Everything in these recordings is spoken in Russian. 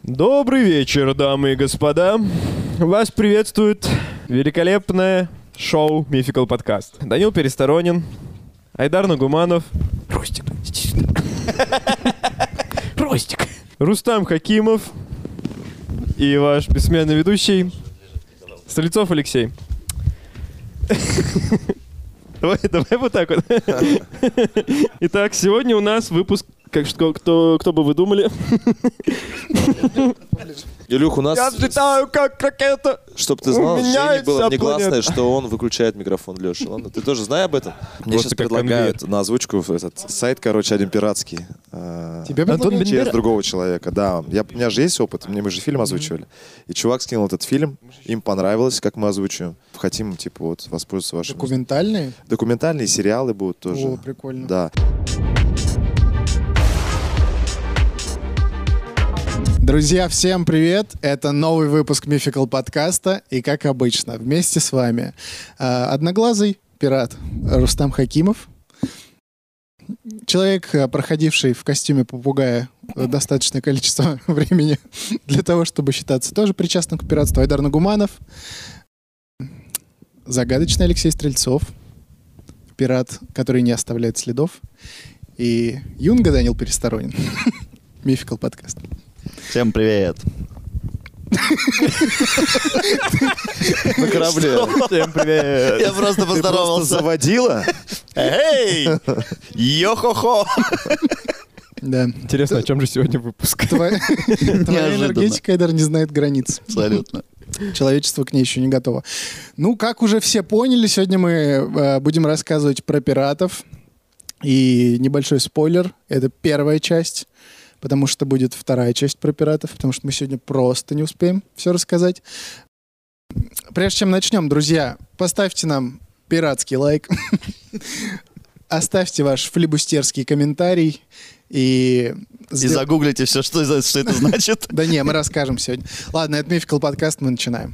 Добрый вечер, дамы и господа. Вас приветствует великолепное шоу Mythical Podcast. Данил Пересторонин, Айдар Нагуманов, Ростик, иди сюда. Ростик, Рустам Хакимов и ваш бессменный ведущий Стрельцов Алексей. Давай вот так вот. Итак, сегодня у нас выпуск, кто бы вы думали. Илюх, у нас... Я взлетаю как ракета. Чтоб ты знал, Жене было негласное, что он выключает микрофон, Леша. Ладно? Ты тоже знай об этом? Мне сейчас предлагают на озвучку этот сайт, один пиратский. Тебе предлагают? Через другого человека, да. У меня же есть опыт, мы же фильм озвучивали. И чувак скинул этот фильм, им понравилось, как мы озвучиваем. Хотим, воспользоваться вашим... Документальные? Документальные сериалы будут тоже. О, прикольно. Да. Друзья, всем привет! Это новый выпуск Mythical подкаста. И, как обычно, вместе с вами одноглазый пират Рустам Хакимов. Человек, проходивший в костюме попугая достаточное количество времени для того, чтобы считаться тоже причастным к пиратству, Айдар Нагуманов. Загадочный Алексей Стрельцов. Пират, который не оставляет следов. И Юнга Данил Пересторонин. Mythical подкаст. Всем привет. На корабле. Всем привет. Я просто поздоровался. Ты заводила? Эй! Йо-хо-хо! Да. Интересно, о чем же сегодня выпуск? Твоя энергетика, Айдар, не знает границ. Абсолютно. Человечество к ней еще не готово. Ну, как уже все поняли, сегодня мы будем рассказывать про пиратов. И небольшой спойлер. Это первая часть. Потому что будет вторая часть про пиратов, потому что мы сегодня просто не успеем все рассказать. Прежде чем начнем, друзья, поставьте нам пиратский лайк, оставьте ваш флибустерский комментарий и загуглите все, что это значит. Да не, мы расскажем сегодня. Ладно, это Mythical подкаст, мы начинаем.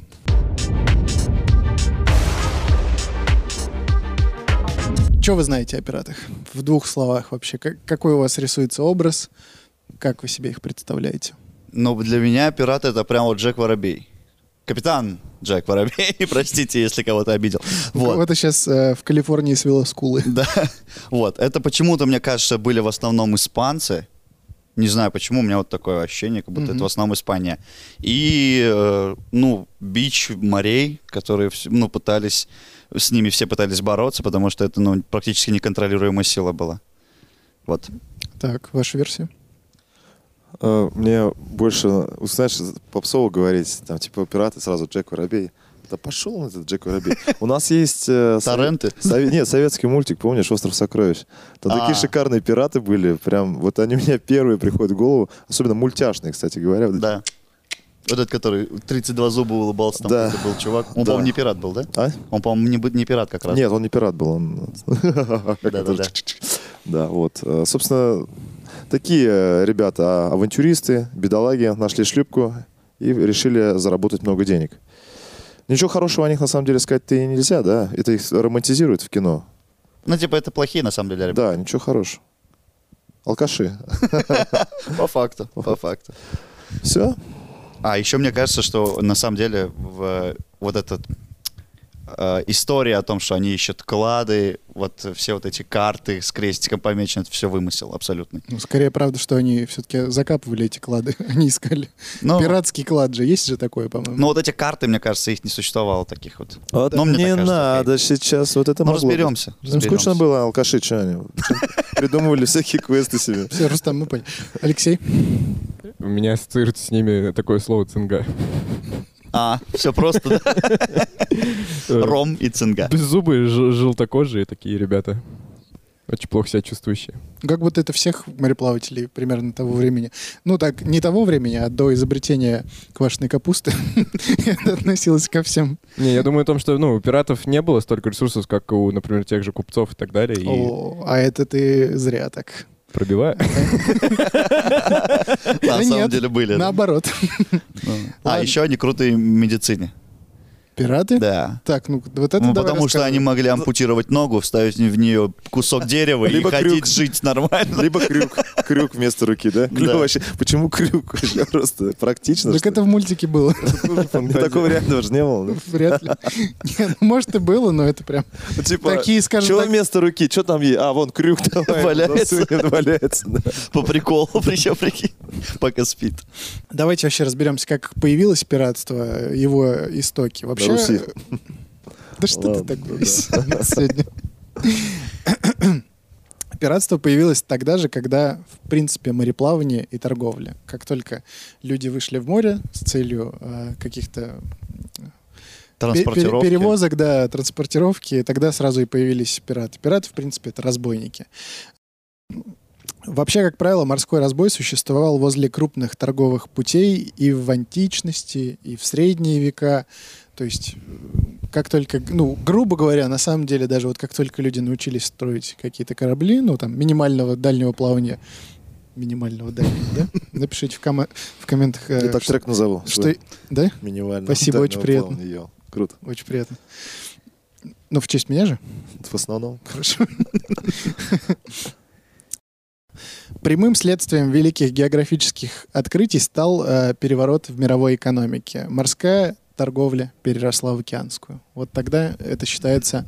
Что вы знаете о пиратах? В двух словах вообще. Какой у вас рисуется образ? Как вы себе их представляете? Ну, для меня пират — это прям вот Джек Воробей. Капитан Джек Воробей, простите, если кого-то обидел. Вот. Это сейчас в Калифорнии свело скулы. Да, вот. Это почему-то, мне кажется, были в основном испанцы. Не знаю почему, у меня вот такое ощущение, как будто это в основном Испания. И, бич морей, которые, пытались, с ними все пытались бороться, потому что это, практически неконтролируемая сила была. Вот. Так, ваша версия? Мне больше, знаешь, попсово говорить, пираты, сразу Джек Воробей. Да пошел он, этот Джек Воробей. У нас есть... Торренты? Нет, советский мультик, помнишь, «Остров сокровищ». Там такие шикарные пираты были, прям, вот они у меня первые приходят в голову, особенно мультяшные, кстати говоря. Да. Вот этот, который 32 зуба улыбался, там да. был чувак. Он, по-моему, не пират был, да? А? Он, по-моему, не пират как раз. Нет, он не пират был, он... Да, вот. Собственно, такие ребята, авантюристы, бедолаги, нашли шлюпку и решили заработать много денег. Ничего хорошего о них, на самом деле, сказать-то и нельзя, да? Это их романтизирует в кино. Это плохие, на самом деле, ребята. Да, ничего хорошего. Алкаши. По факту. Все? А еще мне кажется, что на самом деле вот эта история о том, что они ищут клады, вот все вот эти карты с крестиком помечены, это все вымысел абсолютный. Скорее, правда, что они все-таки закапывали эти клады, они искали. Пиратский клад же, есть же такое, по-моему. Ну вот эти карты, мне кажется, их не существовало таких вот. Вот не надо сейчас вот это могло. Разберемся. Им скучно было, алкаши, что они придумывали всякие квесты себе. Все, Рустам, мы поняли. Алексей? У меня ассоциируется с ними такое слово «цинга». Все просто, да? Ром и цинга. Беззубые, желтокожие такие ребята. Очень плохо себя чувствующие. Как будто это всех мореплавателей примерно того времени. Ну так, не того времени, а до изобретения квашеной капусты. Это относилось ко всем. Не, я думаю о том, что у пиратов не было столько ресурсов, как у, например, тех же купцов и так далее. А это ты зря так. Пробиваю. На самом деле были. Наоборот. Еще они крутые в медицине. Пираты? Да. Так, ну вот это Ну, давай потому что рассказывай. они могли ампутировать ногу, вставить в нее кусок дерева и Либо ходить крюк. жить нормально. Либо крюк вместо руки, да? Да. Вообще, почему крюк? Вообще просто практично. Так что это в мультике было. ли? Такого реально уже не было. да? Вряд ли. Не, ну, может и было, но это прям Ну, типа, такие, скажем что так, вместо руки? Что там есть? А, вон крюк давай. Валяется. засунем, валяется. да. По приколу, причем, прикинь, пока спит. Давайте вообще разберемся, как появилось пиратство, его истоки. Вообще... Руси. Да что ты Ладно, такой да. сегодня? Пиратство появилось тогда же, когда, в принципе, мореплавание и торговля. Как только люди вышли в море с целью каких-то Транспортировки. перевозок, да, транспортировки, тогда сразу и появились пираты. Пираты, в принципе, это разбойники. Вообще, как правило, морской разбой существовал возле крупных торговых путей и в античности, и в средние века. То есть, как только, ну, грубо говоря, на самом деле, даже вот как только люди научились строить какие-то корабли, ну, там, минимального дальнего плавания, минимального дальнего, да? Напишите в комментах, Я так трек назову. что... Да? Минимально. Спасибо, очень Дальнего приятно. плавания. Йо, круто. Очень приятно. Ну, в честь меня же? В основном. Хорошо. Прямым следствием великих географических открытий стал переворот в мировой экономике. Морская торговля переросла в океанскую. Вот тогда это считается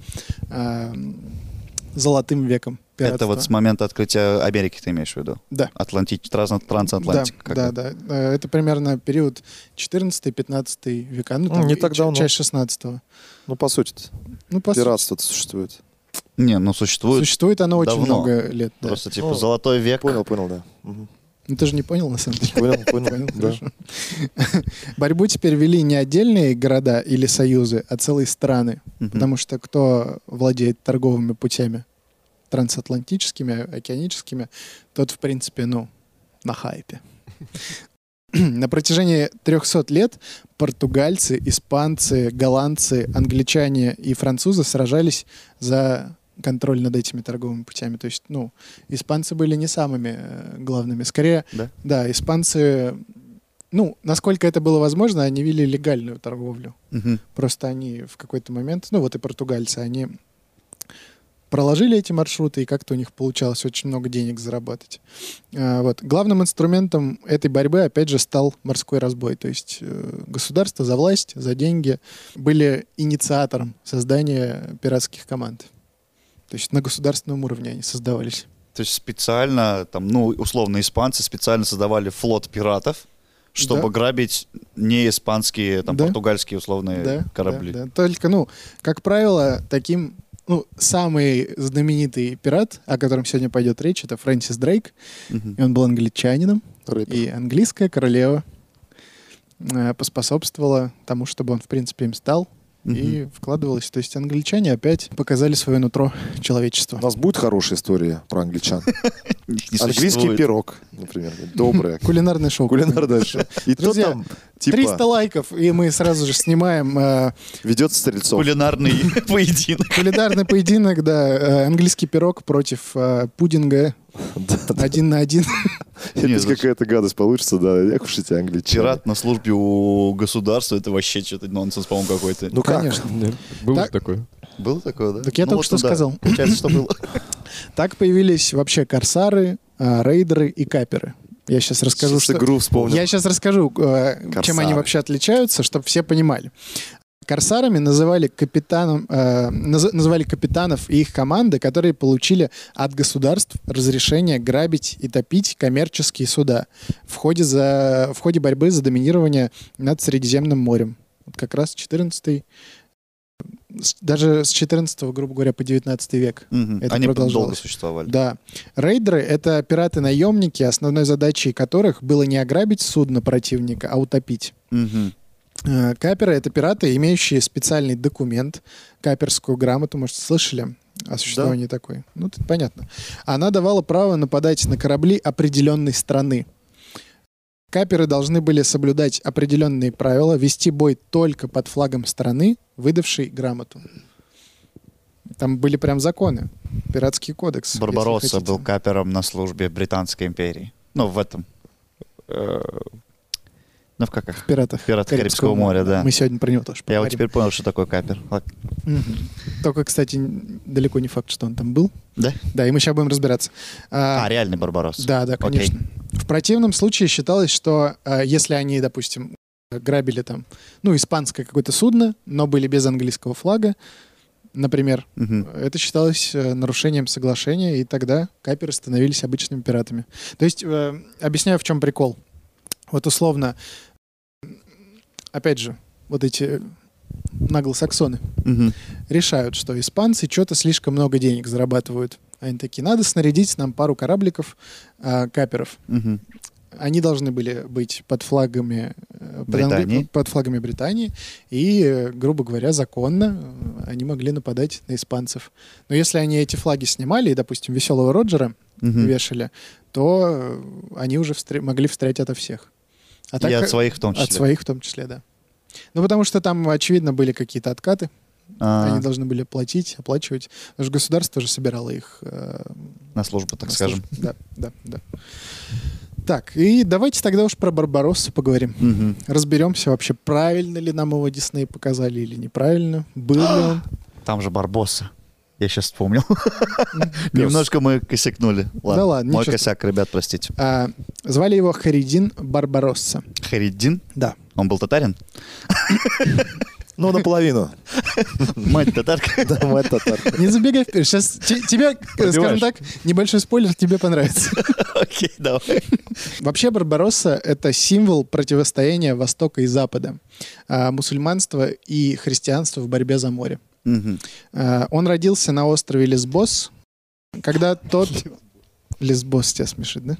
золотым веком пиратства. Это вот с момента открытия Америки ты имеешь в виду? Да. Трансатлантик. Да. Это примерно период 14-15 века. Ну, там Не так давно. часть 16-го. Ну, по сути, Ну, по сути, пиратство существует. Не, ну существует. существует оно очень давно. много лет. Да. Просто типа Ну, золотой век. Понял, да. Мгм. Ну, ты же не понял, на самом деле. Понял, да. Хорошо. Борьбу теперь вели не отдельные города или союзы, а целые страны. Мгм. Потому что кто владеет торговыми путями трансатлантическими, океаническими, тот, в принципе, ну, на хайпе. На протяжении 300 лет португальцы, испанцы, голландцы, англичане и французы сражались за контроль над этими торговыми путями. То есть, ну, испанцы были не самыми главными. Скорее, Да? да, испанцы, ну, насколько это было возможно, они вели легальную торговлю. Мгм. Просто они в какой-то момент, ну вот и португальцы, они проложили эти маршруты, и как-то у них получалось очень много денег заработать. Вот. Главным инструментом этой борьбы, опять же, стал морской разбой. То есть государство за власть, за деньги были инициатором создания пиратских команд. То есть на государственном уровне они создавались. То есть специально, там, ну, условно, испанцы специально создавали флот пиратов, чтобы Да. грабить не испанские, там, Да. португальские условные Да, корабли. да. Только, ну, как правило, таким, ну, самый знаменитый пират, о котором сегодня пойдет речь, это Фрэнсис Дрейк. Мгм. И он был англичанином. Рэпер. И английская королева поспособствовала тому, чтобы он, в принципе, им стал. И вкладывалась. То есть англичане опять показали свое нутро человечества. У нас будет хорошая история про англичан. Их не Английский существует. пирог, например. Доброе. Кулинарное шоу. Кулинарное шоу. И то Друзья, там, 300 типа, лайков, и мы сразу же снимаем ведет стрельцов. Кулинарный поединок. кулинарный поединок, да, английский пирог против пудинга Да, да. 1 на 1. Не, Если какая-то гадость получится, да, я кушайте англичане. Пират на службе у государства, это вообще что-то нонсенс, по-моему, какой-то. Ну как? Конечно. Был Так. же такой. Было такое, да? Так я только вот, что ну да. сказал. Получается, что было. Так появились вообще корсары, рейдеры и каперы. Я сейчас расскажу, Сейчас что... игру вспомнил. Я сейчас расскажу, чем Корсары. они вообще отличаются, чтобы все понимали. Корсарами называли капитанов и их команды, которые получили от государств разрешение грабить и топить коммерческие суда в ходе борьбы за доминирование над Средиземным морем. Вот как раз 14-й, даже с 14-го, грубо говоря, по 19 век. Мгм. Это Они продолжалось. долго существовали. Да. Рейдеры — это пираты-наемники, основной задачей которых было не ограбить судно противника, а утопить. Мгм. Каперы — это пираты, имеющие специальный документ, каперскую грамоту, может, слышали о существовании такой? Ну, тут понятно. Она давала право нападать на корабли определенной страны. Каперы должны были соблюдать определенные правила, вести бой только под флагом страны, выдавшей грамоту. Там были прям законы. Пиратский кодекс. если Барбаросса хотите. был капером на службе Британской империи. Ну, в этом. Ну, в каках? Пиратах Карибского моря, да. Мы сегодня про него тоже Я поговорим. вот теперь понял, что такое капер. Мгм. Только, кстати, далеко не факт, что он там был. Да? Да, и мы сейчас будем разбираться. Реальный Барбаросса. Да, да, Окей. конечно. В противном случае считалось, что если они, допустим, грабили там, испанское какое-то судно, но были без английского флага, например, Мгм. это считалось нарушением соглашения, и тогда каперы становились обычными пиратами. То есть, объясняю, в чем прикол. Вот условно, опять же, вот эти наглосаксоны Мгм. решают, что испанцы что-то слишком много денег зарабатывают. Они такие, надо снарядить нам пару корабликов каперов. Мгм. Они должны были быть под флагами Британии. под флагами Британии, и, грубо говоря, законно они могли нападать на испанцев. Но если они эти флаги снимали и, допустим, Веселого Роджера Мгм. вешали, то они уже могли встрять ото всех. А И от своих в том числе. От своих в том числе, да. Ну, потому что там, очевидно, были какие-то откаты. Они должны были платить, оплачивать. Потому что государство же собирало их На службу, так на скажем. службу. Да, да, да. Так, и давайте тогда уж про Барбароссу поговорим. Мгм. Разберемся вообще, правильно ли нам его Дисней показали или неправильно. Был ли он. Там же Барбосса. Я сейчас вспомнил. Немножко мы косякнули. Да ладно, Мой ничего косяк, ребят, простите. Звали его Харидин Барбаросса. Хариддин? Да. Он был татарин? Ну, наполовину. Мать татарка? Да, мать татар. Не забегай вперед. Сейчас тебе, скажем так, небольшой спойлер, тебе понравится. Окей, давай. Вообще Барбаросса — это символ противостояния Востока и Запада, мусульманства и христианства в борьбе за море. Мгм. Он родился на острове Лесбос, когда тот... Лесбос тебя смешит, да?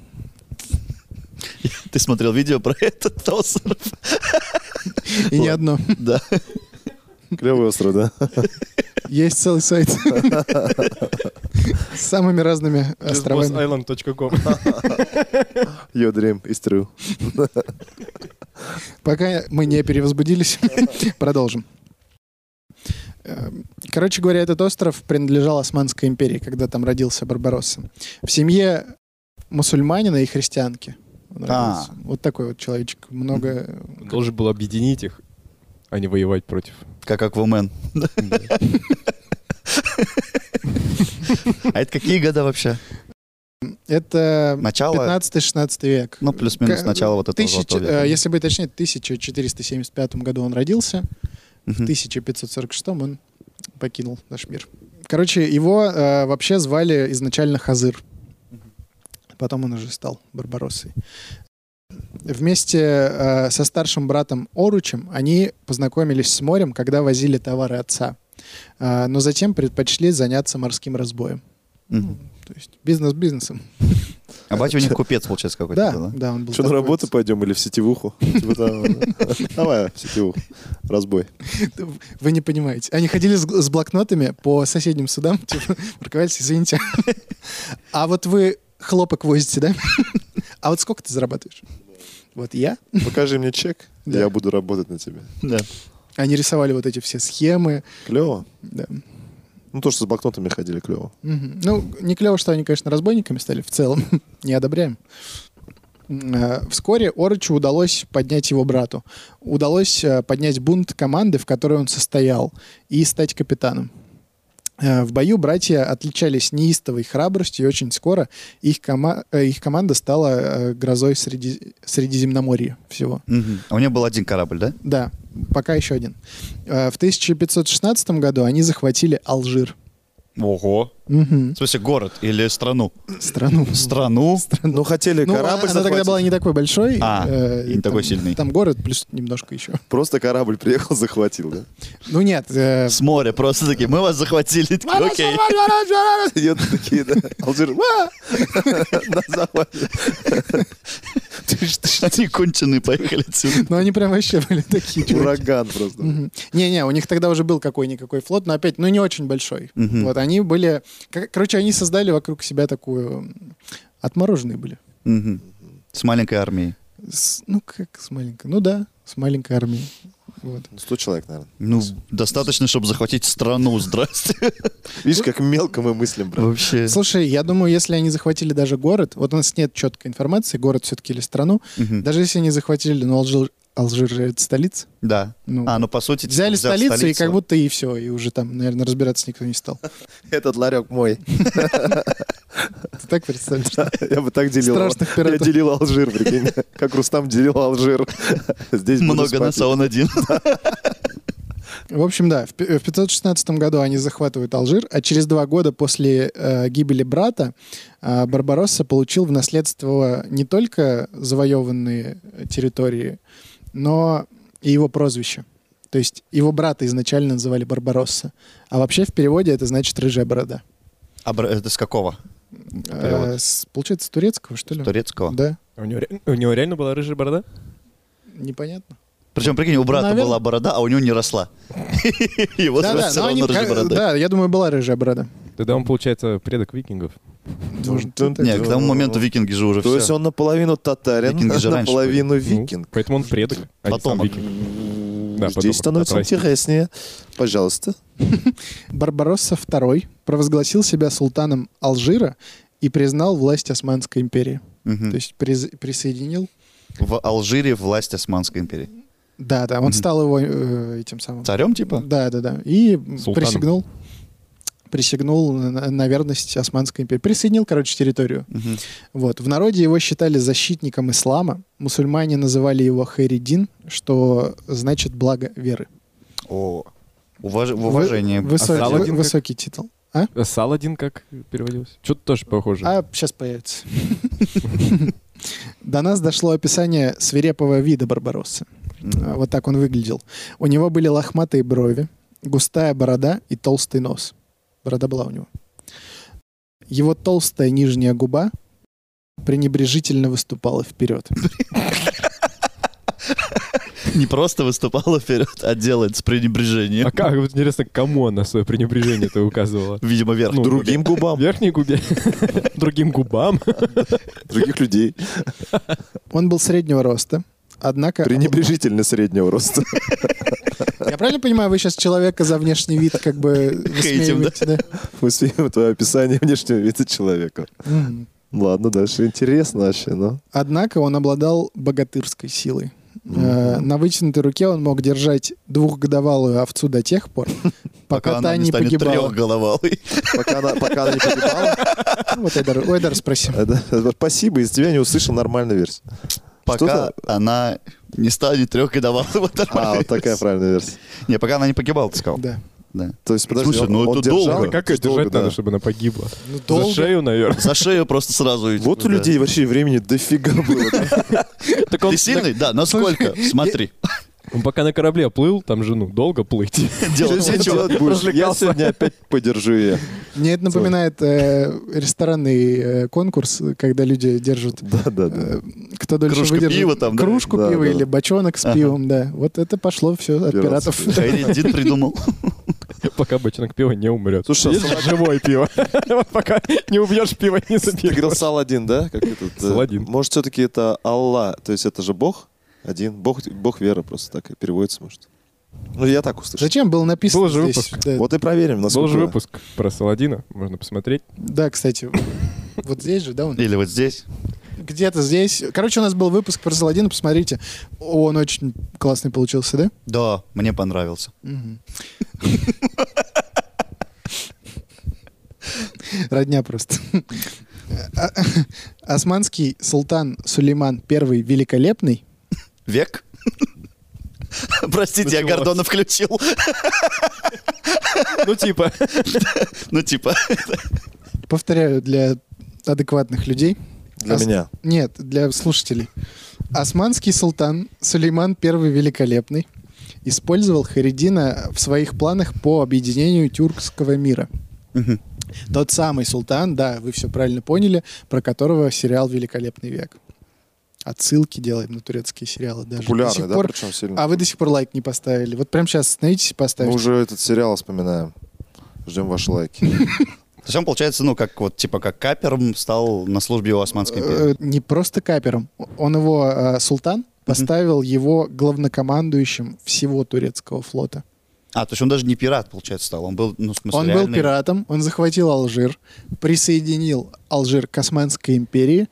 Ты смотрел видео про этот остров? И не одно. Да. Клевый остров, да? Есть целый сайт с самыми разными островами. Island.com. Your dream is true. Пока мы не перевозбудились, продолжим. Короче говоря, этот остров принадлежал Османской империи, когда там родился Барбаросса. В семье мусульманина и христианки. Он родился. Вот такой вот человечек. Много... Должен был объединить их, а не воевать против. Как Аквамен. А это какие года вообще? Это Начало? 15-16 век. Ну, плюс-минус начало вот этого золотого века. Если быть точнее, в 1475 году он родился, в Мгм. 1546 он покинул наш мир. Короче, его вообще звали изначально Хазыр. Потом он уже стал Барбароссой. Вместе со старшим братом Оручем они познакомились с морем, когда возили товары отца. Но затем предпочли заняться морским разбоем. Мгм. То есть бизнес бизнесом. А батя у них купец, получается, какой-то, Да, да? да, он был Что, на такой работу вот. пойдем или в сетевуху? Типа там, давай, в сетевуху. Разбой. Вы не понимаете. Они ходили с блокнотами по соседним судам, типа, парковались, извините. А вот вы хлопок возите, да? А вот сколько ты зарабатываешь? Вот я. Покажи мне чек, Да. я буду работать на тебя. Да. Они рисовали вот эти все схемы. Клево. Да. Ну, то, что с блокнотами ходили, клево. Мгм. Ну, не клево, что они, конечно, разбойниками стали в целом. Не одобряем. Вскоре Орычу удалось поднять его брату. Удалось поднять бунт команды, в которой он состоял, и стать капитаном. В бою братья отличались неистовой храбростью, и очень скоро их команда стала грозой Средиземноморья всего. Мгм. А у него был один корабль, да? Да, пока еще один. В 1516 году они захватили Алжир. Ого. Мгм. В смысле, город или страну? Страну. Страну? Ну, хотели Ну, корабль она тогда захватить. была не такой большой. И не такой сильный. Там город, плюс немножко еще. Просто корабль приехал, захватил, да? Ну нет, С моря просто такие, мы вас захватили. Такие, окей. Идет такие, да. Алжир. На захват. Они конченые поехали отсюда. ну они прям вообще были такие чуваки. Ураган просто. Мгм. Не-не, у них тогда уже был какой-никакой флот, но опять, не очень большой. Мгм. Вот они были... Короче, они создали вокруг себя такую... Отмороженные были. Мгм. С маленькой армией. Ну, как с маленькой... Ну да, с маленькой армией. Вот. 100 человек, наверное. Ну, достаточно, чтобы захватить страну. Здрасте. Видишь, как мелко мы мыслим, брат. Вообще. Слушай, я думаю, если они захватили даже город, вот у нас нет четкой информации, город все-таки или страну, Мгм. даже если они захватили, ну, Алжир же это столица. Да. Ну, Ну по сути... взяли взяв столицу, и как будто и все, и уже там, наверное, разбираться никто не стал. Этот ларек мой. Ты так представляешь? Я бы так делил. Страшных Я пиратов. делил Алжир, прикинь. Как Рустам делил Алжир. Здесь буду Много на спать. он один. В общем, да, в 516 году они захватывают Алжир, а через 2 года после гибели брата Барбаросса получил в наследство не только завоеванные территории, но и его прозвище. То есть его брата изначально называли Барбаросса, а вообще в переводе это значит «рыжая борода». Это с какого? Перевод? Получается, с турецкого, что ли? Турецкого? Да, У него реально была рыжая борода? непонятно. Причем, прикинь, у брата Наверное. была борода, а у него не росла. Его Да, все но равно рыжая борода. да, я думаю, была рыжая борода. Тогда он, получается, предок викингов. Может, Тун- это- Не, к тому моменту викинги же уже То есть все. он наполовину татарин, Викинги же раньше наполовину Ну, викинг. поэтому он предок, а не сам Потомок. викинг. Да, Здесь потомок. становится Простите. интереснее. Пожалуйста. Барбаросса II провозгласил себя султаном Алжира и признал власть Османской империи. То есть присоединил. В Алжире власть Османской империи. Да, он стал его этим самым. Царем, типа? Да. И Султаном. присягнул на верность Османской империи. Присоединил, короче, территорию. Вот. В народе его считали защитником ислама. Мусульмане называли его Хайриддин, что значит благо веры. О, уважение. Саладин как? Высокий титул. А? Саладин как переводился? Что-то тоже похоже. Сейчас появится. До нас дошло описание свирепого вида Барбароссы. Вот так он выглядел. У него были лохматые брови, густая борода и толстый нос. Борода была у него. Его толстая нижняя губа пренебрежительно выступала вперед. Не просто выступала вперед, а делает с пренебрежением. А как, вот интересно, кому она свое пренебрежение-то указывала? Видимо, вверх. Ну, Другим губам. Верхней губе? Другим губам? Других людей. Он был среднего роста, однако... Пренебрежительно среднего роста. Я правильно понимаю, вы сейчас человека за внешний вид как бы высмеиваете, да? Мы сведем твое описание внешнего вида человека. Мгм. Ладно, дальше интересно вообще, ну. Однако он обладал богатырской силой. На вытянутой руке он мог держать 2-годовалую овцу до тех пор, пока та не станет погибала. трехголовой. Пока она не погибала. Ну, вот Эйдар спроси. Спасибо, из тебя не услышал нормальную версию. Пока она не станет трехгодовалой. Вот Вот такая правильная версия. Не, пока она не погибала, ты сказал. Да. Да. То есть, подожди, Слушай, ну он это держал? долго. Как ее Долго, держать да. надо, чтобы она погибла? Ну, За долго. шею, наверное. За шею просто сразу. идти. Вот у Да. людей вообще времени дофига было. Так он, Ты сильный? Да, насколько? Смотри. он пока на корабле плыл, там жену, долго плыть. Делать Что нечего. делать будешь? Я Развлекался. сегодня опять подержу ее. Мне это напоминает ресторанный конкурс, когда люди держат Да. кто дольше Кружка выдержит пива там, да? кружку Да, пива да. или бочонок с Ага. пивом, да. Вот это пошло все от Пиратов. пиратов. Хайриддин придумал. Пока бочонок пива не умрет. Слушай, Есть же живое пиво. Вот пока не убьешь пиво, не Ты говорил заберешь. Саладин, да? Как этот, Саладин. Может, все-таки это Аллах, то есть это же Бог один, Бог веры просто так и переводится, может. Ну, я так услышал. Зачем было написано Был же здесь? выпуск. Да. Вот и проверим, Был насколько... же выпуск про Саладина, можно посмотреть. Да, кстати. Вот здесь же, да, он? Или вот здесь. Где-то здесь. Короче, у нас был выпуск про Саладина, посмотрите. Он очень классный получился, да? Да, мне понравился. Мгм. Родня просто. Османский султан Сулейман I Великолепный Век? Простите, я Началось. Гордона включил. Ну, типа. Ну, типа. повторяю для адекватных людей. Для меня. Нет, для слушателей. Османский султан Сулейман I Великолепный использовал Хайриддина в своих планах по объединению тюркского мира. Мгм. Тот самый султан, да, вы все правильно поняли, про которого сериал «Великолепный век». Отсылки делаем на турецкие сериалы даже. До Популярный, сих да, пор. причем сильно. А вы до сих пор лайк не поставили. Вот прямо сейчас остановитесь и Мы поставьте. уже этот сериал вспоминаем. Ждем ваши лайки. То есть он, получается, ну, как вот, типа, как капером стал на службе у Османской империи. Не просто капером. Он его, султан, поставил его главнокомандующим всего турецкого флота. А, то есть он даже не пират, получается, стал. Он был, ну, в смысле, Он был реальный- пиратом, он захватил Алжир, присоединил Алжир к Османской империи,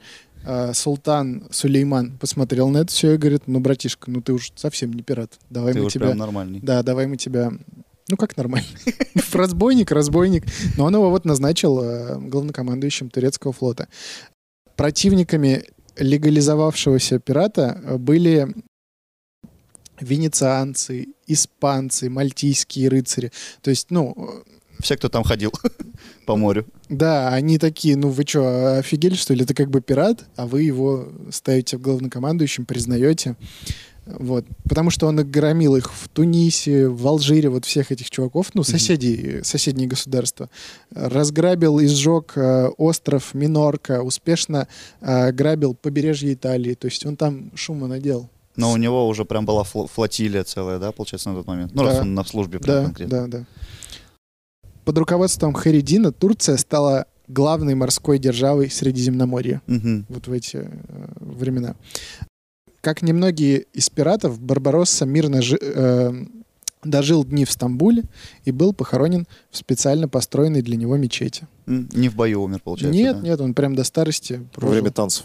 Султан Сулейман посмотрел на это все и говорит: ну, братишка, ну ты уж совсем не пират. Давай Ты мы уж тебя... прям нормальный. Да, давай мы тебя... Ну, как нормально. Разбойник. Но он его вот назначил главнокомандующим турецкого флота. Противниками легализовавшегося пирата были венецианцы, испанцы, мальтийские рыцари. То есть, ну... Все, кто там ходил по морю. Да, они такие: ну вы что, офигели, что ли? Это как бы пират, а вы его ставите в главнокомандующем, признаете. Вот. Потому что он громил их в Тунисе, в Алжире, вот всех этих чуваков, ну, соседние государства. Разграбил и сжег остров Минорка, успешно грабил побережье Италии. То есть он там шума наделал. Но у него уже прям была флотилия целая, да, получается, на тот момент? Ну, раз он на службе прям конкретно. Да. Под руководством Хайреддина Турция стала главной морской державой Средиземноморья. Вот в эти времена. Как немногие из пиратов, Барбаросса мирно дожил дни в Стамбуле и был похоронен в специально построенной для него мечети. Не в бою умер, получается? Нет, да? нет, он прям до старости прожил. Во время танцев.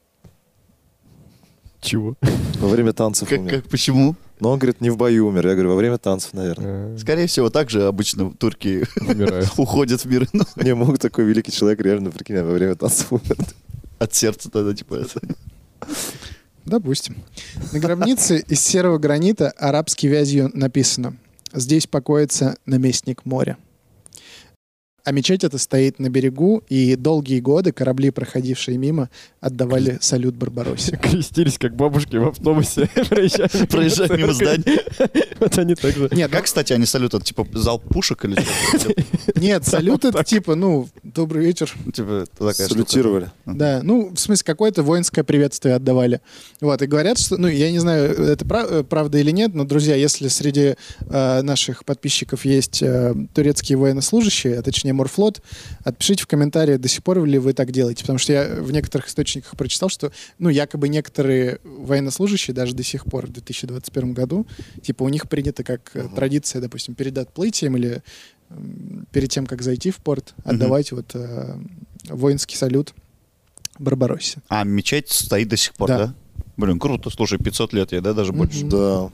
Чего? Во время танцев умер. Почему? Но он говорит, не в бою умер. Я говорю, во время танцев, наверное. Скорее всего, так же обычно турки уходят в мир. Не мог такой великий человек реально, прикинь, во время танцев умер. От сердца тогда, типа, это. Допустим. На гробнице из серого гранита арабской вязью написано: «Здесь покоится наместник моря». А мечеть эта стоит на берегу, и долгие годы корабли, проходившие мимо, отдавали салют Барбароссе. Крестились, как бабушки в автобусе, проезжая мимо здания. Вот они так же. Нет, Как, кстати, они салют? Это типа залп пушек или что? нет, салют это типа, ну, добрый вечер. Типа такая штука. Салютировали. Да, ну, в смысле, какое-то воинское приветствие отдавали. Вот, и говорят, что, ну, я не знаю, это правда или нет, но, друзья, если среди наших подписчиков есть турецкие военнослужащие, а точнее морфлот, отпишите в комментарии, до сих пор ли вы так делаете. Потому что я в некоторых источниках прочитал, что, ну, якобы некоторые военнослужащие даже до сих пор в 2021 году, типа, у них принято как традиция, допустим, перед отплытием или перед тем, как зайти в порт, отдавать вот воинский салют Барбароссе. А мечеть стоит до сих пор, Да. да? Блин, круто, слушай, 500 лет ей, да, даже больше? Да.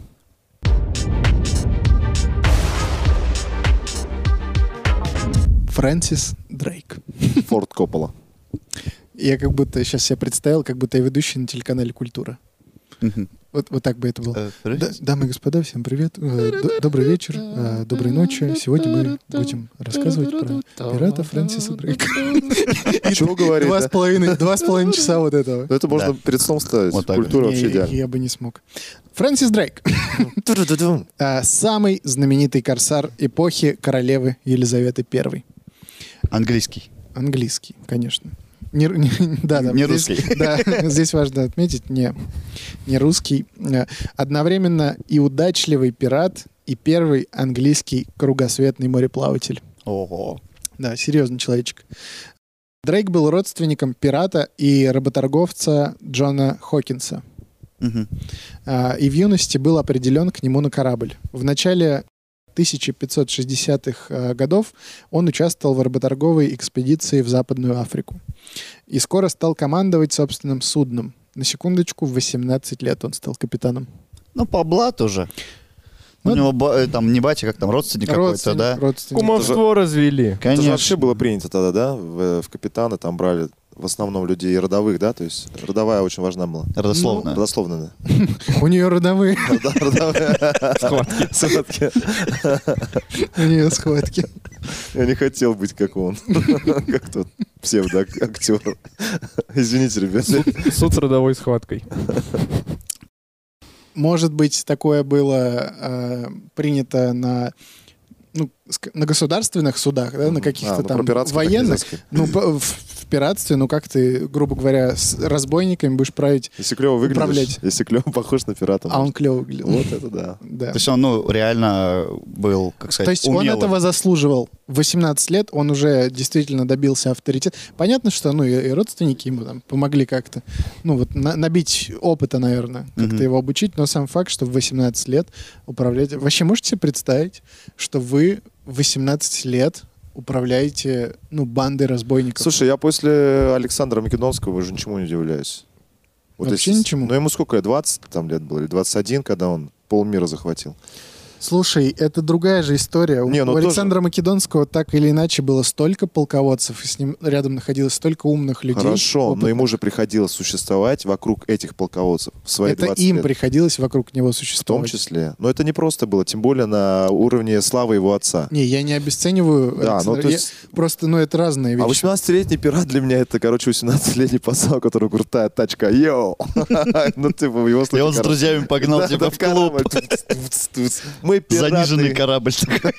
Фрэнсис Дрейк. Форд Коппола. Я как будто сейчас себя представил, как будто я ведущий на телеканале «Культура». Мгм. Вот так бы это было. Привет. Дамы и господа, всем привет. Добрый вечер, доброй ночи. Сегодня мы будем рассказывать про пирата Фрэнсиса Дрейка. Чего говорить? Два с да? половиной часа вот этого. Ну, это можно Да. перед сном ставить. Вот так. Культура Не, вообще идеальна. я бы не смог. Фрэнсис Дрейк. Самый знаменитый корсар эпохи королевы Елизаветы I. Английский. Английский, конечно. Да, Не здесь- русский. Да, здесь важно отметить, не русский. Одновременно и удачливый пират, и первый английский кругосветный мореплаватель. Ого. Да, серьезный человечек. Дрейк был родственником пирата и работорговца Джона Хокинса. Мгм. И в юности был определен к нему на корабль. В начале 1560-х годов он участвовал в работорговой экспедиции в Западную Африку. И скоро стал командовать собственным судном. На секундочку, в 18 лет он стал капитаном. Ну, по блату же. У Ну, него там не батя, как там родственник какой-то, да? Родственник. Кумовство развели. Это же Конечно. вообще было принято тогда, да? В капитаны там брали в основном людей родовых, да? То есть родовая очень важна была. Родословно. Родословно, У нее родовые, да. Родовая. Схватки. у нее схватки. Я не хотел быть как он. Как тот псевдоактер. Извините, ребята. Суд с родовой схваткой. Может быть, такое было принято на государственных судах, да, на каких-то Ну, там про пиратские, военных. так нельзя Ну, в пиратстве, ну как ты, грубо говоря, с разбойниками будешь править, Если клево выглядишь, Управлять. если клево похож на пирата. а он может. клево выглядел. Вот это да. Да. То есть он, ну, реально был, как сказать, То есть он умелым. этого заслуживал. В 18 лет он уже действительно добился авторитета. Понятно, что и родственники ему там помогли как-то, ну вот набить опыта, наверное, как-то Мгм. его обучить, но сам факт, что в 18 лет управлять... Вообще можете себе представить, что вы в 18 лет управляете, бандой разбойников. Слушай, я после Александра Македонского уже ничему не удивляюсь. Вообще ничему? Ну, ему сколько, 20 там лет было, или 21, когда он полмира захватил. Слушай, это другая же история. У Александра Македонского так или иначе было столько полководцев, и с ним рядом находилось столько умных людей. Хорошо, опытных. но ему же приходилось существовать вокруг этих полководцев в свои 20 лет. Это им приходилось вокруг него В существовать. том числе. Но это не просто было, тем более на уровне славы его отца. Не, я не обесцениваю. Да, ну то есть... Просто, это разные вещи. А 18-летний пират для меня это, 18-летний пацан, у которого крутая тачка. Йоу! Ну, типа, в его И он с друзьями погнал тебя в клуб. Мы пираты. Заниженный корабль.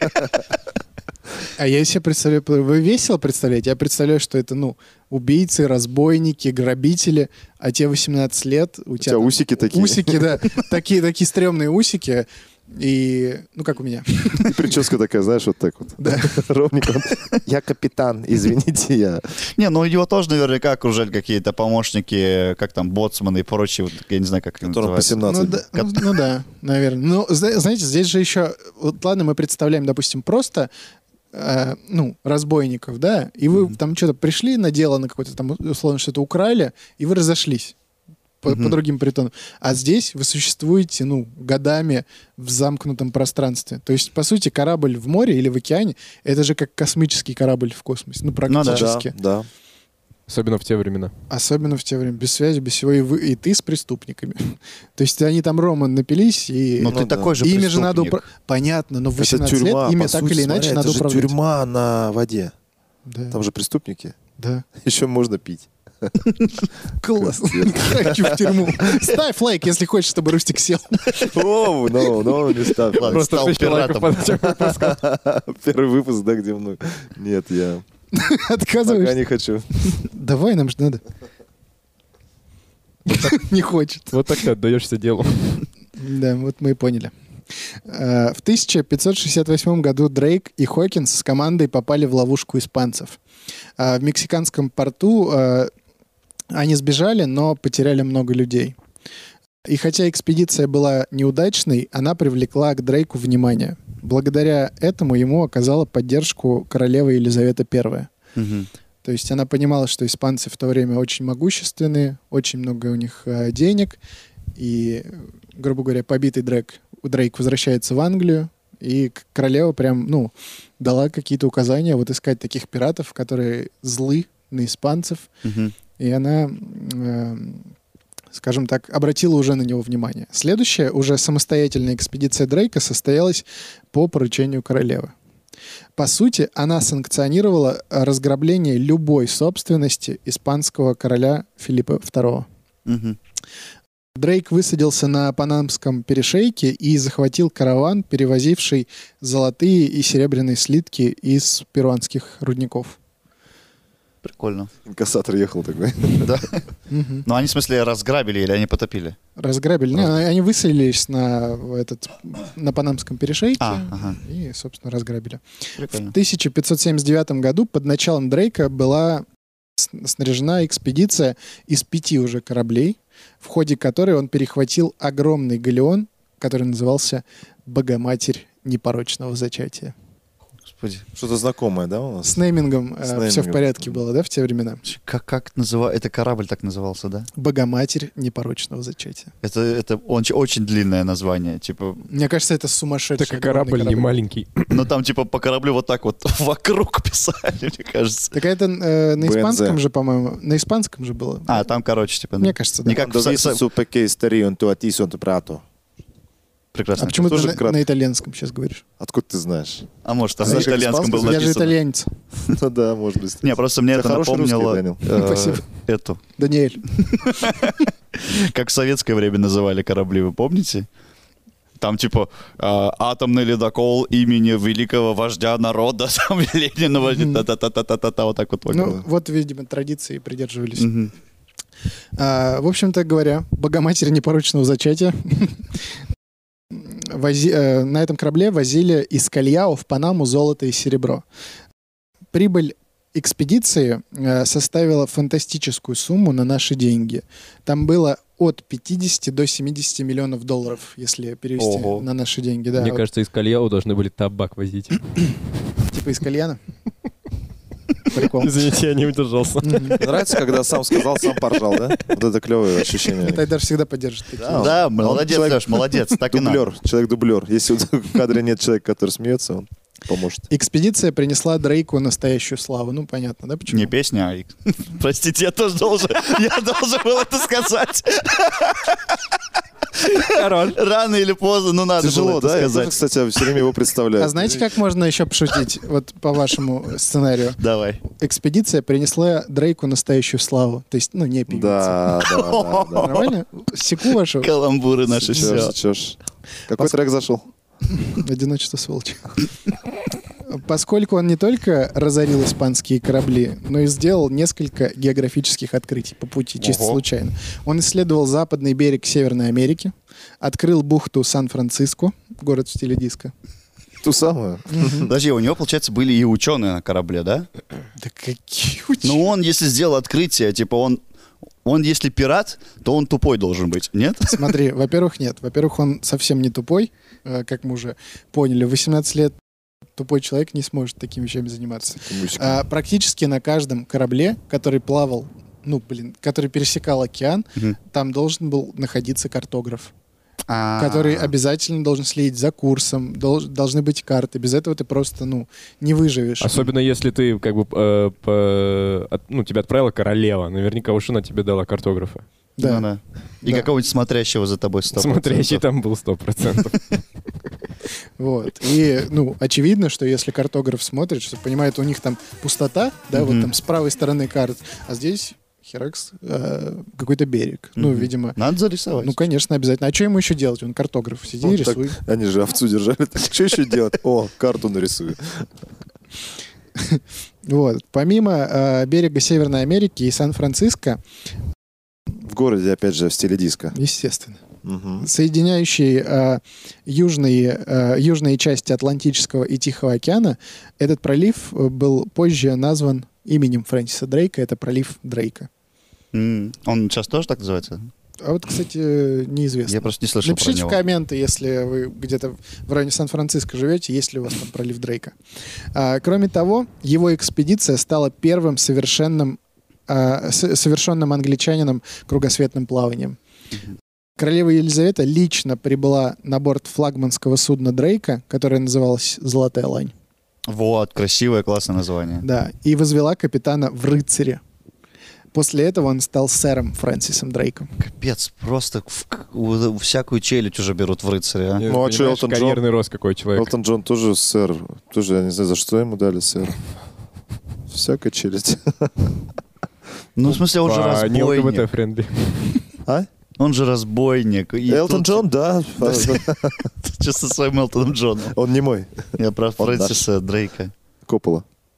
А я себе представляю, вы весело представляете? Я представляю, что это, убийцы, разбойники, грабители, а те 18 лет... У тебя усики такие. Усики, да. Такие стрёмные усики. И, как у меня. И прическа такая, знаешь, вот так вот. Да. Ровненько. Я капитан, извините, я... Не, его тоже наверняка окружали какие-то помощники, как там, боцманы и прочие, я не знаю, как их Которым по называется. 17. Да, наверное. Но, знаете, здесь же еще... Вот ладно, мы представляем, допустим, просто разбойников, да, и вы там что-то пришли на дело, на какое-то там, условно, что-то украли, и вы разошлись по другим притонам. А здесь вы существуете, годами в замкнутом пространстве. То есть, по сути, корабль в море или в океане, это же как космический корабль в космосе. Практически. Да. Особенно в те времена. Особенно в те времена. Без связи, без всего. И ты с преступниками. То есть они там Рома напились, и... Но ты такой же ими же надо преступник. Понятно, но в 18 Это тюрьма, лет ими по так сути, или иначе смотри, надо это же управлять. тюрьма на воде. Да. Там же преступники. Да. Еще можно пить. Класс. Хочу в тюрьму. Ставь лайк, если хочешь, чтобы Рустик сел. Оу, не ставь. Ладно, Просто стал 1000 лайков пиратом. под этим выпуском. Первый выпуск, да, где мной. Нет, я пока Отказываешься. не хочу. Давай, нам же надо. Не хочет. Вот так ты отдаешься делу. Да, вот мы и поняли. В 1568 году Дрейк и Хокинс с командой попали в ловушку испанцев. В мексиканском порту они сбежали, но потеряли много людей. И хотя экспедиция была неудачной, она привлекла к Дрейку внимание. Благодаря этому ему оказала поддержку королева Елизавета I. То есть она понимала, что испанцы в то время очень могущественные, очень много у них денег, и, грубо говоря, побитый Дрейк возвращается в Англию, и королева прям, дала какие-то указания вот искать таких пиратов, которые злы на испанцев, и она, скажем так, обратила уже на него внимание. Следующая, уже самостоятельная экспедиция Дрейка состоялась по поручению королевы. По сути, она санкционировала разграбление любой собственности испанского короля Филиппа II. Дрейк высадился на Панамском перешейке и захватил караван, перевозивший золотые и серебряные слитки из перуанских рудников. Прикольно. Инкассатор ехал такой. Да. Но они, в смысле, разграбили или они потопили? Разграбили. Не, они высадились на Панамском перешейке и, собственно, разграбили. Прикольно. В 1579 году под началом Дрейка была снаряжена экспедиция из 5 уже кораблей, в ходе которой он перехватил огромный галеон, который назывался «Богоматерь непорочного зачатия». Господи. Что-то знакомое, да, у нас? С неймингом все в неймингом. порядке было, да, в те времена? Как называется? Это корабль так назывался, да? «Богоматерь непорочного зачатия». Это очень длинное название. Типа, Мне кажется, это сумасшедший Так и корабль не маленький. ну там типа по кораблю вот так вот вокруг писали, мне кажется. Так это на испанском же, по-моему, на испанском же было. А, там, короче, типа... Мне кажется, да. Не как в Quando visto su perché starion tu attiso prato. Прекрасно. А почему ты тоже на кратко. итальянском сейчас говоришь? Откуда ты знаешь? А может, там на Знаешь, как итальянском был испанский? Я же написано. итальянец. Ну да, может быть. Не, просто мне Ты это хороший русский, напомнило Данил. Спасибо. эту. Даниэль. Как в советское время называли корабли, вы помните? Там типа атомный ледокол имени великого вождя народа, там Ленина, та-та-та-та-та-та, вот так вот. Ну, вот, видимо, традиции придерживались. Мгм. В общем-то говоря, Богоматерь непорочного зачатия на этом корабле возили из Кальяо в Панаму золото и серебро. Прибыль экспедиции составила фантастическую сумму на наши деньги. Там было от 50 до 70 миллионов долларов, если перевести Ого. на наши деньги. Да, Мне вот кажется, из Кальяо должны были табак возить. типа из кальяна. Прикол. Извините, я не удержался. Нравится, когда сам сказал, сам поржал, да? Вот это клевое ощущение. Это Айдар всегда поддержит такие. Да, молодец, человек- Леш, молодец, так и надо. Дублер, человек-дублер. Если вот в кадре нет человека, который смеется, он поможет. Экспедиция принесла Дрейку настоящую славу. Ну, понятно, да, почему? Не песня, а... Простите, я тоже должен был это сказать. Хорош. Рано или поздно, ну надо Тяжело, было это да? Я тоже, сказать. кстати, все время его представляю. А знаете, как можно еще пошутить, вот по вашему сценарию? Давай. Экспедиция принесла Дрейку настоящую славу. То есть, ну, не певица. Да. Нормально? Секу вашу. Каламбуры наши все. Чё ж. Какой трек зашел? Одиночество сволочи. Поскольку он не только разорил испанские корабли, но и сделал несколько географических открытий по пути, чисто Ого. случайно. Он исследовал западный берег Северной Америки, открыл бухту Сан-Франциско, город в стиле диско. Ту самую? Подожди, у него, получается, были и ученые на корабле, да? Да какие Ну он, если сделал открытие, типа он если пират, то он тупой должен быть, нет? Смотри, во-первых, нет. Во-первых, он совсем не тупой, как мы уже поняли. В 18 лет тупой человек не сможет такими вещами заниматься. Практически на каждом корабле, который плавал, который пересекал океан, там должен был находиться картограф, который обязательно должен следить за курсом, должны быть карты. Без этого ты просто, не выживешь. Особенно если ты как бы тебя отправила королева. Наверняка уж она тебе дала картографа. Да. Ну И Да. какого-нибудь смотрящего за тобой 100%. Смотрящий там был 100%. Вот. И, очевидно, что если картограф смотрит, что понимает, у них там пустота, да, вот там с правой стороны карты, а здесь херакс какой-то берег. Ну, видимо... Надо зарисовать. Ну, конечно, обязательно. А что ему еще делать? Он картограф. Сиди и Так, рисуй. они же овцу держали. Так что еще делать? О, карту нарисую. Вот. Помимо берега Северной Америки и Сан-Франциско, В городе, опять же, в стиле диска. естественно, Мгм. соединяющий южные части Атлантического и Тихого океана, этот пролив был позже назван именем Фрэнсиса Дрейка. Это пролив Дрейка. Он сейчас тоже так называется? А вот, кстати, неизвестно. Я просто не слышал Напишите про в него. комменты, если вы где-то в районе Сан-Франциско живете, есть ли у вас там пролив Дрейка. Кроме того, его экспедиция стала первым совершенным англичанином кругосветным плаванием. Королева Елизавета лично прибыла на борт флагманского судна Дрейка, которое называлось «Золотая лань». Вот, красивое, классное название. Да, и возвела капитана в рыцаре. После этого он стал сэром Фрэнсисом Дрейком. Капец, просто всякую челюсть уже берут в рыцаре, а? Ну, а Понимаешь, что, Элтон Джон? карьерный рост какой человек. Элтон Джон тоже сэр. Тоже, я не знаю, за что ему дали сэр. Всякая челюсть. Ну, в смысле, он же Не разбойник. ЛГБТ-френдли. А? Он же разбойник. И Элтон тут- Джон, да. Что со своим Элтоном Джоном? Он не мой. Я про Он Фрэнсиса Дрейка. Коппола.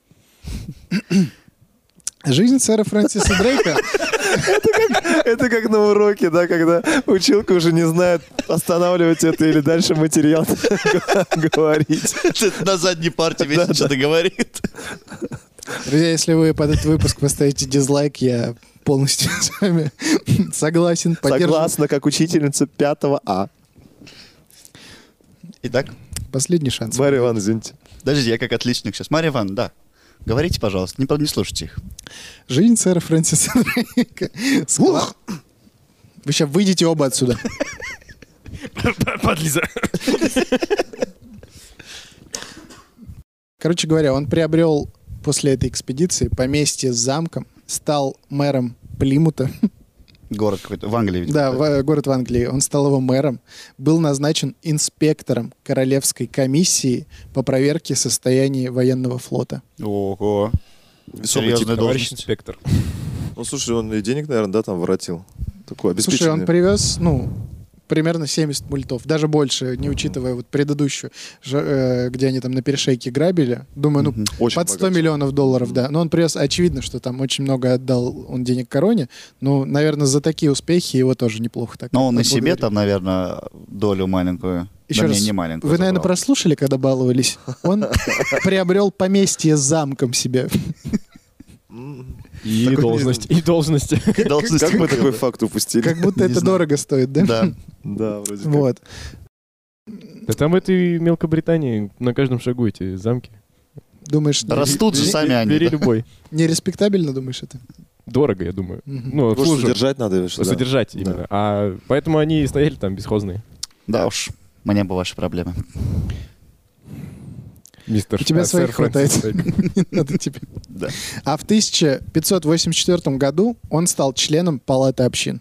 Жизнь сэра Фрэнсиса Дрейка... Это как на уроке, да, когда училка уже не знает, останавливать это или дальше материал говорить. На задней парте весь что-то говорит. Друзья, если вы под этот выпуск поставите дизлайк, я полностью с вами согласен, поддерживаю. Согласно, как учительница 5 А. Итак, Последний шанс. Марья Ивановна, извините. подождите, я как отличник сейчас. Марья Ивановна, да. Говорите, пожалуйста, не слушайте их. Жизнь сэра Фрэнсиса Дрейка. Вы сейчас выйдете оба отсюда. Подлиза. Короче говоря, он приобрел после этой экспедиции поместье с замком, стал мэром Плимута. Город какой-то в Англии, видимо. Да, город в Англии. Он стал его мэром. Был назначен инспектором Королевской комиссии по проверке состояния военного флота. Ого. Весомый Серьезная тип. Товарищ должность. инспектор. Ну, слушай, он и денег, наверное, да, там воротил. Такой Слушай, обеспеченный. он привез, примерно 70 мультов. Даже больше, не учитывая вот предыдущую, где они там на перешейке грабили. Думаю, Очень под 100 богатый. миллионов долларов, да. Но он привез, очевидно, что там очень много отдал он денег короне. Ну, наверное, за такие успехи его тоже неплохо так. Но он и себе отблагодарили. там, наверное, долю маленькую. Еще Да раз, не маленькую. вы, наверное, забрал. прослушали, когда баловались? Он приобрел поместье с замком себе. И Такой должность. И должности. Должность Как мы какая? такой факт упустили? Как будто Не это знаю. дорого стоит, да? Да. Да, вроде как. Вот. Да там в этой Мелкобритании на каждом шагу эти замки. Думаешь, Растут же сами они. Бери да. любой. нереспектабельно, думаешь, это? Дорого, я думаю. Мгм. Ну, Может, служат. содержать надо. что, да. Содержать Да. именно. А поэтому они и стояли там бесхозные. Да уж, мне бы ваши проблемы. Мистер У тебя сэр своих хватает. Фрэнсис Бэйкон. Не надо тебе. Да. А в 1584 году он стал членом Палаты общин.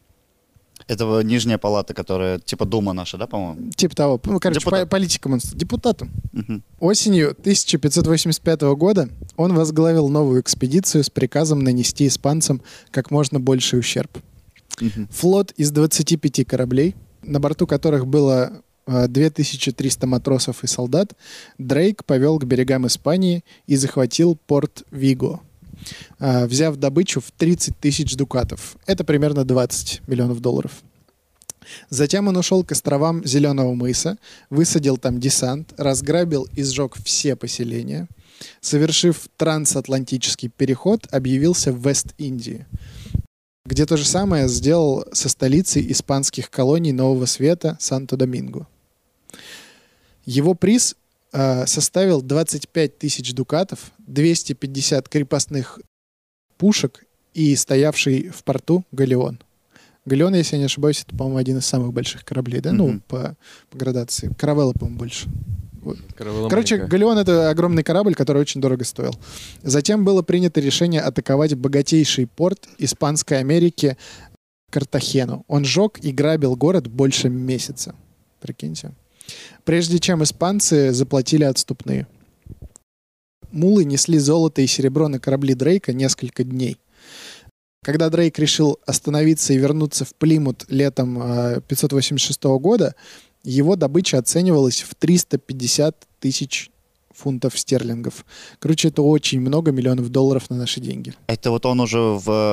Это нижняя палата, которая типа Дума наша, да, по-моему? Типа того. Ну, короче, Депутат. политиком он стал. Депутатом. Мгм. Осенью 1585 года он возглавил новую экспедицию с приказом нанести испанцам как можно больший ущерб. Мгм. Флот из 25 кораблей, на борту которых было 2300 матросов и солдат, Дрейк повел к берегам Испании и захватил порт Виго, взяв добычу в 30 тысяч дукатов. Это примерно 20 миллионов долларов. Затем он ушел к островам Зеленого мыса, высадил там десант, разграбил и сжег все поселения. Совершив трансатлантический переход, объявился в Вест-Индии, где то же самое сделал со столицей испанских колоний Нового Света Санто-Доминго. Его приз составил 25 тысяч дукатов, 250 крепостных пушек и стоявший в порту галеон. Галеон, если я не ошибаюсь, это, по-моему, один из самых больших кораблей, да? Ну, Мгм. по градации. Каравелла, по-моему, больше. Каравелла Короче, маленькая. галеон — это огромный корабль, который очень дорого стоил. Затем было принято решение атаковать богатейший порт Испанской Америки Картахену. Он сжег и грабил город больше месяца. Прикиньте. Прежде чем испанцы заплатили отступные. Мулы несли золото и серебро на корабли Дрейка несколько дней. Когда Дрейк решил остановиться и вернуться в Плимут летом 586 года, его добыча оценивалась в 350 тысяч фунтов стерлингов. Короче, это очень много миллионов долларов на наши деньги. Это вот он уже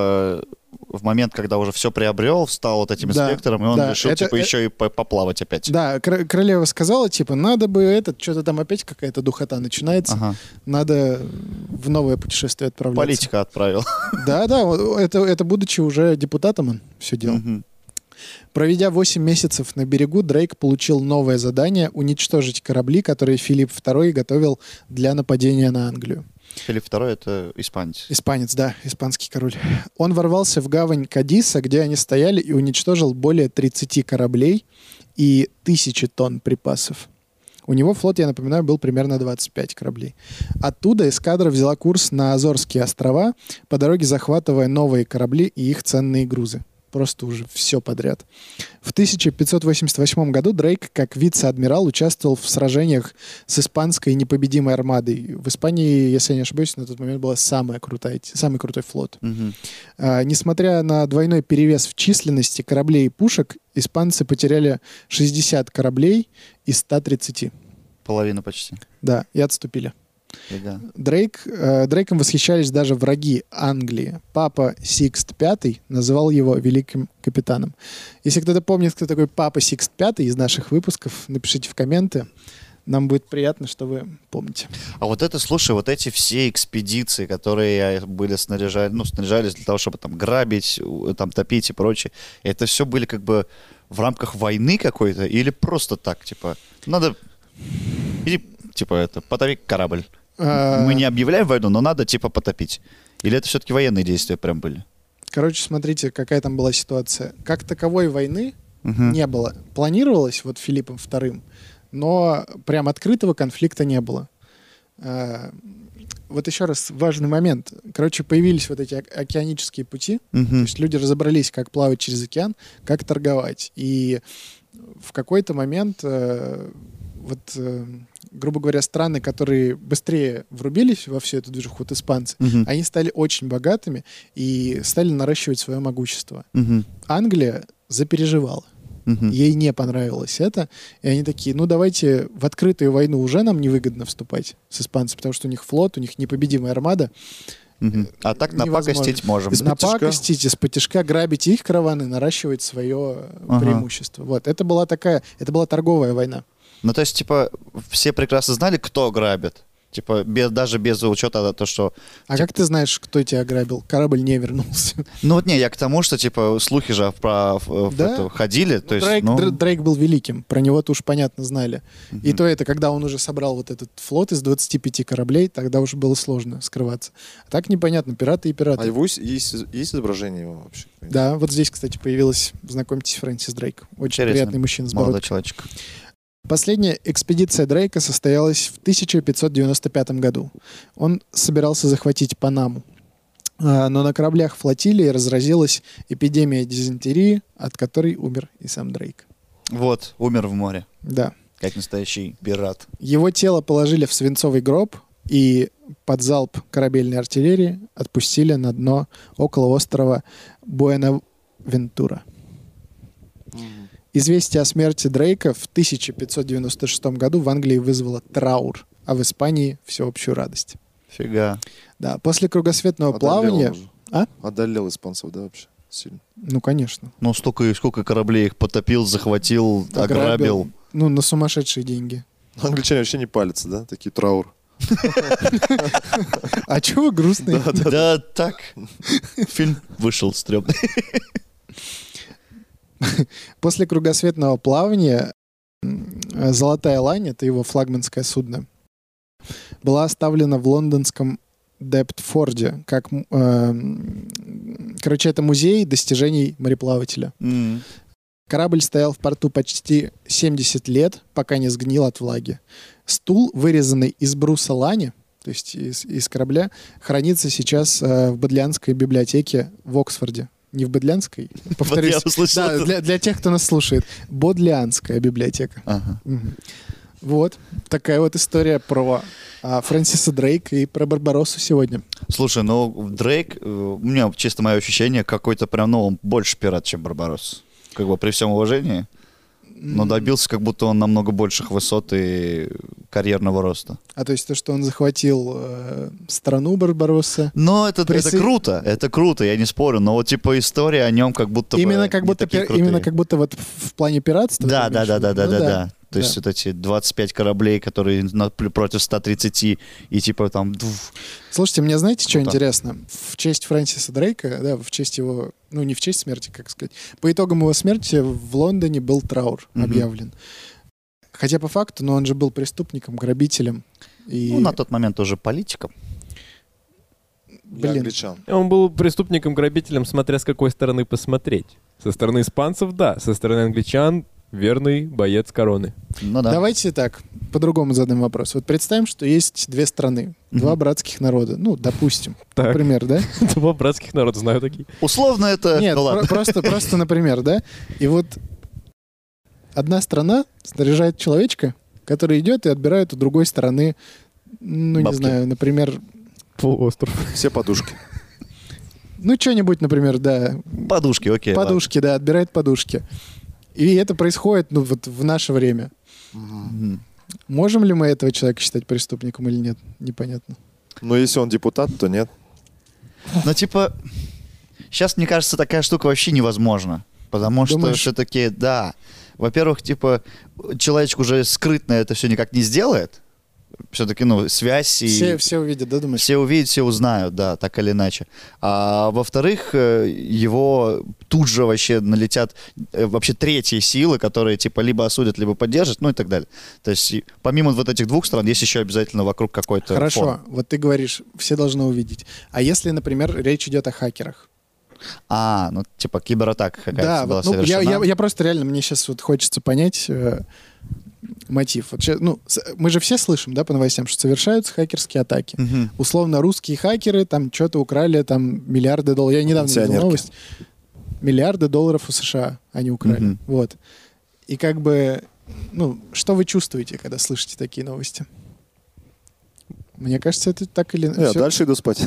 в момент, когда уже все приобрел, стал вот этим Да, инспектором, и он да, решил, это- типа, еще и поплавать опять. Да, королева сказала, типа, надо бы что-то там опять какая-то духота начинается, Ага. надо в новое путешествие отправляться. Политика отправил. Да, это будучи уже депутатом он все делал. Мгм. Проведя 8 месяцев на берегу, Дрейк получил новое задание — уничтожить корабли, которые Филипп II готовил для нападения на Англию. Филипп II — это испанец. Испанец, да, испанский король. Он ворвался в гавань Кадиса, где они стояли, и уничтожил более 30 кораблей и 1000 тонн припасов. У него флот, я напоминаю, был примерно 25 кораблей. Оттуда эскадра взяла курс на Азорские острова, по дороге захватывая новые корабли и их ценные грузы. Просто уже все подряд. В 1588 году Дрейк, как вице-адмирал, участвовал в сражениях с испанской непобедимой армадой. В Испании, если я не ошибаюсь, на тот момент была самый крутой флот. Мгм. Несмотря на двойной перевес в численности кораблей и пушек, испанцы потеряли 60 кораблей из 130. Половина почти. Да, и отступили. Да. Дрейком восхищались даже враги Англии. Папа Сикст V называл его великим капитаном. Если кто-то помнит, кто такой Папа Сикст V из наших выпусков, напишите в комменты. Нам будет приятно, что вы помните. А вот это, слушай, вот эти все экспедиции, которые были снаряжались для того, чтобы там грабить, там топить и прочее, это все были как бы в рамках войны какой-то или просто так, типа, надо, иди, типа, потопи корабль. Мы не объявляем войну, но надо, типа, потопить. Или это все-таки военные действия прям были? Короче, смотрите, какая там была ситуация. Как таковой войны Мгм. не было. Планировалось вот Филиппом II, но прям открытого конфликта не было. Вот еще раз важный момент. Короче, появились вот эти океанические пути. То Мгм. есть люди разобрались, как плавать через океан, как торговать. И в какой-то момент, грубо говоря, страны, которые быстрее врубились во всю эту движуху, вот испанцы, Мгм. они стали очень богатыми и стали наращивать свое могущество. Мгм. Англия запереживала. Мгм. Ей не понравилось это. И они такие, ну давайте в открытую войну уже нам невыгодно вступать с испанцами, потому что у них флот, у них непобедимая армада. Мгм. А так Невозможно. напакостить можем. Напакостить, из-под тишка грабить их караваны, наращивать свое Ага. преимущество. Вот. Это была торговая война. Ну, то есть, типа, все прекрасно знали, кто грабит. Типа, даже без учета того, что... А как ты знаешь, кто тебя ограбил? Корабль не вернулся. Ну вот не, я к тому, что, типа, слухи же Да? это ходили. То есть, Дрейк был великим, про него-то уж понятно знали. И то это, когда он уже собрал вот этот флот из 25 кораблей, тогда уже было сложно скрываться. А так непонятно, пираты и пираты. А его есть изображение его вообще? Да, вот здесь, кстати, появилась, знакомьтесь, Фрэнсис Дрейк. Очень Интересно. приятный мужчина с молодой бородкой. человечек. Последняя экспедиция Дрейка состоялась в 1595 году. Он собирался захватить Панаму. Но на кораблях флотилии разразилась эпидемия дизентерии, от которой умер и сам Дрейк. Вот, умер в море, Да. как настоящий пират. Его тело положили в свинцовый гроб и под залп корабельной артиллерии отпустили на дно около острова Буэнавентура. Известие о смерти Дрейка в 1596 году в Англии вызвало траур, а в Испании всеобщую радость. Фига. Да, после кругосветного плавания... А? Одолел испанцев, да, вообще? Сильно. Ну, конечно. Ну, сколько кораблей их потопил, захватил, ограбил. Ну, на сумасшедшие деньги. Англичане вообще не палятся, да? Такие траур. А чего вы грустные? Да, так. Фильм вышел стрёмный. После кругосветного плавания «Золотая лань», это его флагманское судно, была оставлена в лондонском Дептфорде. Короче, это музей достижений мореплавателя. Корабль стоял в порту почти 70 лет, пока не сгнил от влаги. Стул, вырезанный из бруса лани, то есть из корабля, хранится сейчас в Бодлианской библиотеке в Оксфорде. Не в Бодлианской, повторюсь. Вот я услышал Да, это. для тех, кто нас слушает. Бодлианская библиотека. Ага. Мгм. Вот. Такая вот история про Фрэнсиса Дрейка и про Барбароссу сегодня. Слушай, ну Дрейк, у меня чисто мое ощущение, какой-то прям, ну, он больше пират, чем Барбаросс. Как бы при всем уважении. Но добился, как будто он намного больших высот и карьерного роста. А то есть то, что он захватил страну Барбаросса. Но это круто, я не спорю. Но вот типа история о нем как будто Именно бы как не будто, такие крутые. именно как будто вот в плане пиратства. Да. ты имеешь в виду? Ну То есть вот эти 25 кораблей, которые против 130, и типа там... Слушайте, мне знаете, что Вот так. интересно? В честь Фрэнсиса Дрейка, да, в честь его, ну не в честь смерти, как сказать, по итогам его смерти в Лондоне был траур объявлен. Хотя по факту, но он же был преступником, грабителем. И, Ну, на тот момент уже политиком. Для блин, англичан. Он был преступником-грабителем, смотря с какой стороны посмотреть. Со стороны испанцев — да, со стороны англичан — верный боец короны. Ну да. давайте так, по-другому задаем вопрос. Вот представим, что есть две страны, два братских народа. Ну, допустим, Так. например, да? Два братских народа, знаю такие. Условно это... Нет, ну ладно. просто, например, да? И вот одна страна снаряжает человечка, который идет и отбирает у другой стороны, ну, не Бабки. знаю, например, Полуостров. Все подушки. ну, что-нибудь, например, да, Подушки, окей. подушки, да, отбирает подушки. И это происходит, ну, вот в наше время. Мгм. Можем ли мы этого человека считать преступником или нет? Непонятно. Но если он депутат, то нет. Ну, типа, сейчас, мне кажется, такая штука вообще невозможна. Потому что Думаешь? все-таки, да, во-первых, типа, человечек уже скрытно это все никак не сделает. Все-таки, ну, связь и... Все увидят, да, думаешь? Все увидят, все узнают, да, так или иначе. А во-вторых, его тут же вообще налетят вообще третьи силы, которые типа либо осудят, либо поддержат, ну и так далее. То есть помимо вот этих двух стран есть еще обязательно вокруг какой-то Хорошо, фон. вот ты говоришь, все должны увидеть. А если, например, речь идет о хакерах? Ну типа кибератака какая-то Да, была вот, ну, совершена. я просто реально, мне сейчас вот хочется понять мотив. Вот щас, ну, мы же все слышим, да, по новостям, что совершаются хакерские атаки. Мгм. Условно, русские хакеры там что-то украли, там миллиарды долларов. Я недавно видел Пенсионерки. новость. Миллиарды долларов у США они украли. Мгм. Вот. И как бы, ну, что вы чувствуете, когда слышите такие новости? Мне кажется, это так или Я всё- дальше иду спать.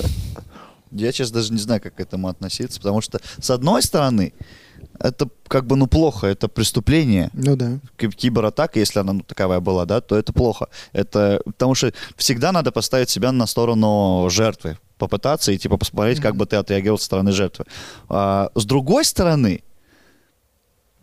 Я сейчас даже не знаю, как к этому относиться, потому что, с одной стороны, это как бы, ну, плохо, это преступление. Ну да. Кибератака, если она таковая была, да, то это плохо. Это потому что всегда надо поставить себя на сторону жертвы, попытаться и типа посмотреть, как бы ты отреагировал со стороны жертвы. С другой стороны,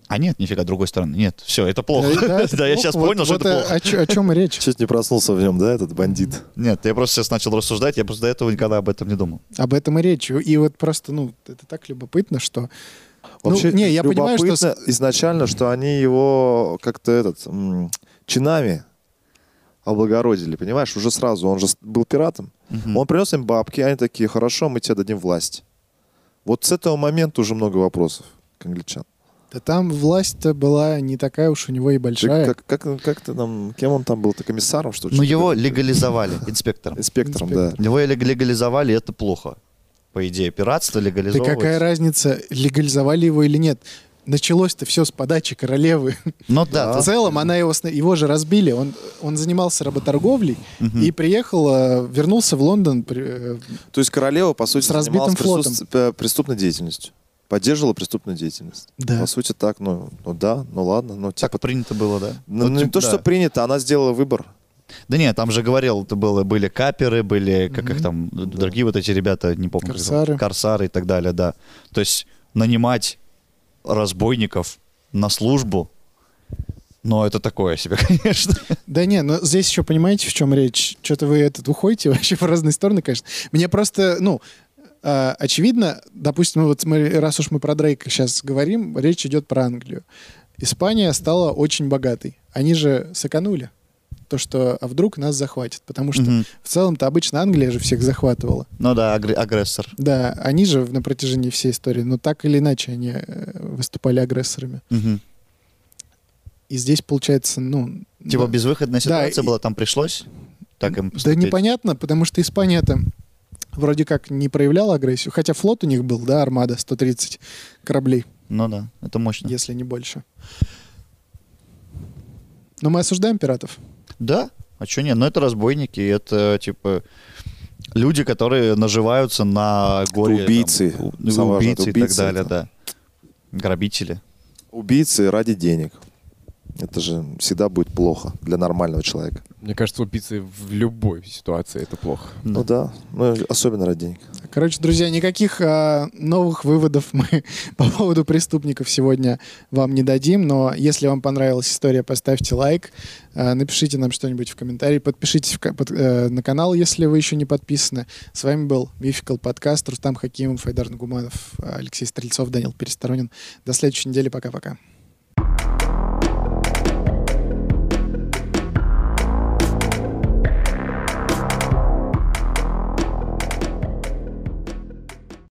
А нет, нифига, другой стороны. Нет, все, это плохо. Да, я сейчас понял, что это плохо. О чем речь? Чуть не проснулся в нем, да, этот бандит? Нет, я просто сейчас начал рассуждать, я просто до этого никогда об этом не думал. Об этом и речь. И вот просто, это так любопытно, что... Вообще, не, я понимаю, что... изначально, что они его как-то чинами облагородили, понимаешь? Уже сразу, он же был пиратом. Он принес им бабки, они такие, хорошо, мы тебе дадим власть. Вот с этого момента уже много вопросов к англичанам. Да там власть-то была не такая уж у него и большая. Как ты там, кем он там был? Ты комиссаром, что ли? Ну, его легализовали, инспектором. Инспектором, да. Его легализовали, это плохо. По идее, пиратство легализовывать. Да какая разница, легализовали его или нет? Началось-то все с подачи королевы. Ну да. В целом, она его же разбили. Он занимался работорговлей и приехал, вернулся в Лондон. То есть королева, по сути, с разбитым флотом. преступной деятельностью. Поддерживала преступную деятельность. Да. По сути, так, ну ладно. Так принято было, да? Не то, что принято, она сделала выбор. Да нет, там же говорил, это были каперы, были, как их там, другие вот эти ребята, не помню. Корсары и так далее, да. То есть нанимать разбойников на службу, но это такое себе, конечно. Да не, но здесь еще понимаете, в чем речь? Что-то вы уходите вообще в разные стороны, конечно. Мне просто, очевидно, допустим, раз уж мы про Дрейка сейчас говорим, речь идет про Англию. Испания стала очень богатой. Они же сэкономили. То, что, а вдруг нас захватят? Потому что в целом-то обычно Англия же всех захватывала. Ну да, агрессор. Да, они же на протяжении всей истории, но так или иначе они выступали агрессорами. И здесь получается, Типа безвыходная ситуация была, там пришлось так им поступить? Да непонятно, потому что Испания-то вроде как не проявляла агрессию, хотя флот у них был, да, армада, 130 кораблей. Ну да, это мощно. Если не больше. Но мы осуждаем пиратов. Да, а что нет? Ну это разбойники, это типа люди, которые наживаются на горе. Убийцы. Убийцы и так далее, да. Грабители. Убийцы ради денег. Это же всегда будет плохо для нормального человека. Мне кажется, убийцы в любой ситуации это плохо. Ну да, особенно ради денег. Короче, друзья, никаких новых выводов мы по поводу преступников сегодня вам не дадим, но если вам понравилась история, поставьте лайк, напишите нам что-нибудь в комментарии, подпишитесь на канал, если вы еще не подписаны. С вами был Mythical Podcast, Рустам Хакимов, Айдар Нагуманов, Алексей Стрельцов, Данил Пересторонин. До следующей недели, пока-пока.